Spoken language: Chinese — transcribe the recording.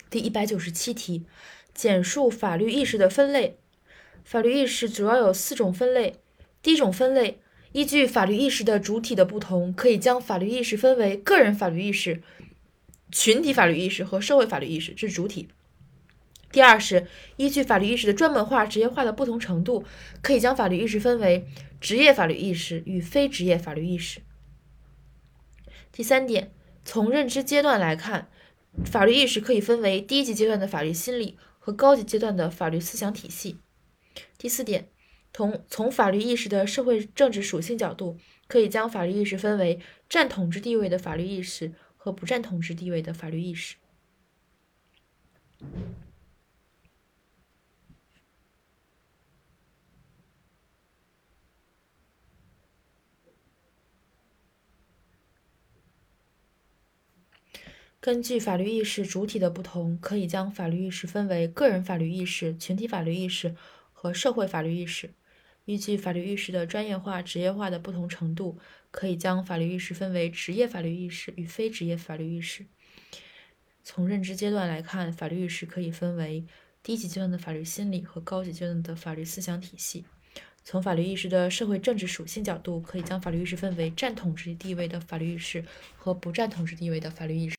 第197题，简述法律意识的分类。法律意识主要有4种分类。第一种分类，依据法律意识的主体的不同，可以将法律意识分为个人法律意识、群体法律意识和社会法律意识，这是主体。第二是依据法律意识的专门化、职业化的不同程度，可以将法律意识分为职业法律意识与非职业法律意识。第三点，从认知阶段来看，法律意识可以分为低级阶段的法律心理和高级阶段的法律思想体系。第四点，从法律意识的社会政治属性角度，可以将法律意识分为占统治地位的法律意识和不占统治地位的法律意识。根据法律意识主体的不同，可以将法律意识分为个人法律意识、群体法律意识和社会法律意识。依据法律意识的专业化、职业化的不同程度，可以将法律意识分为职业法律意识与非职业法律意识。从认知阶段来看，法律意识可以分为低级阶段的法律心理和高级阶段的法律思想体系。从法律意识的社会政治属性角度，可以将法律意识分为占统治地位的法律意识和不占统治地位的法律意识。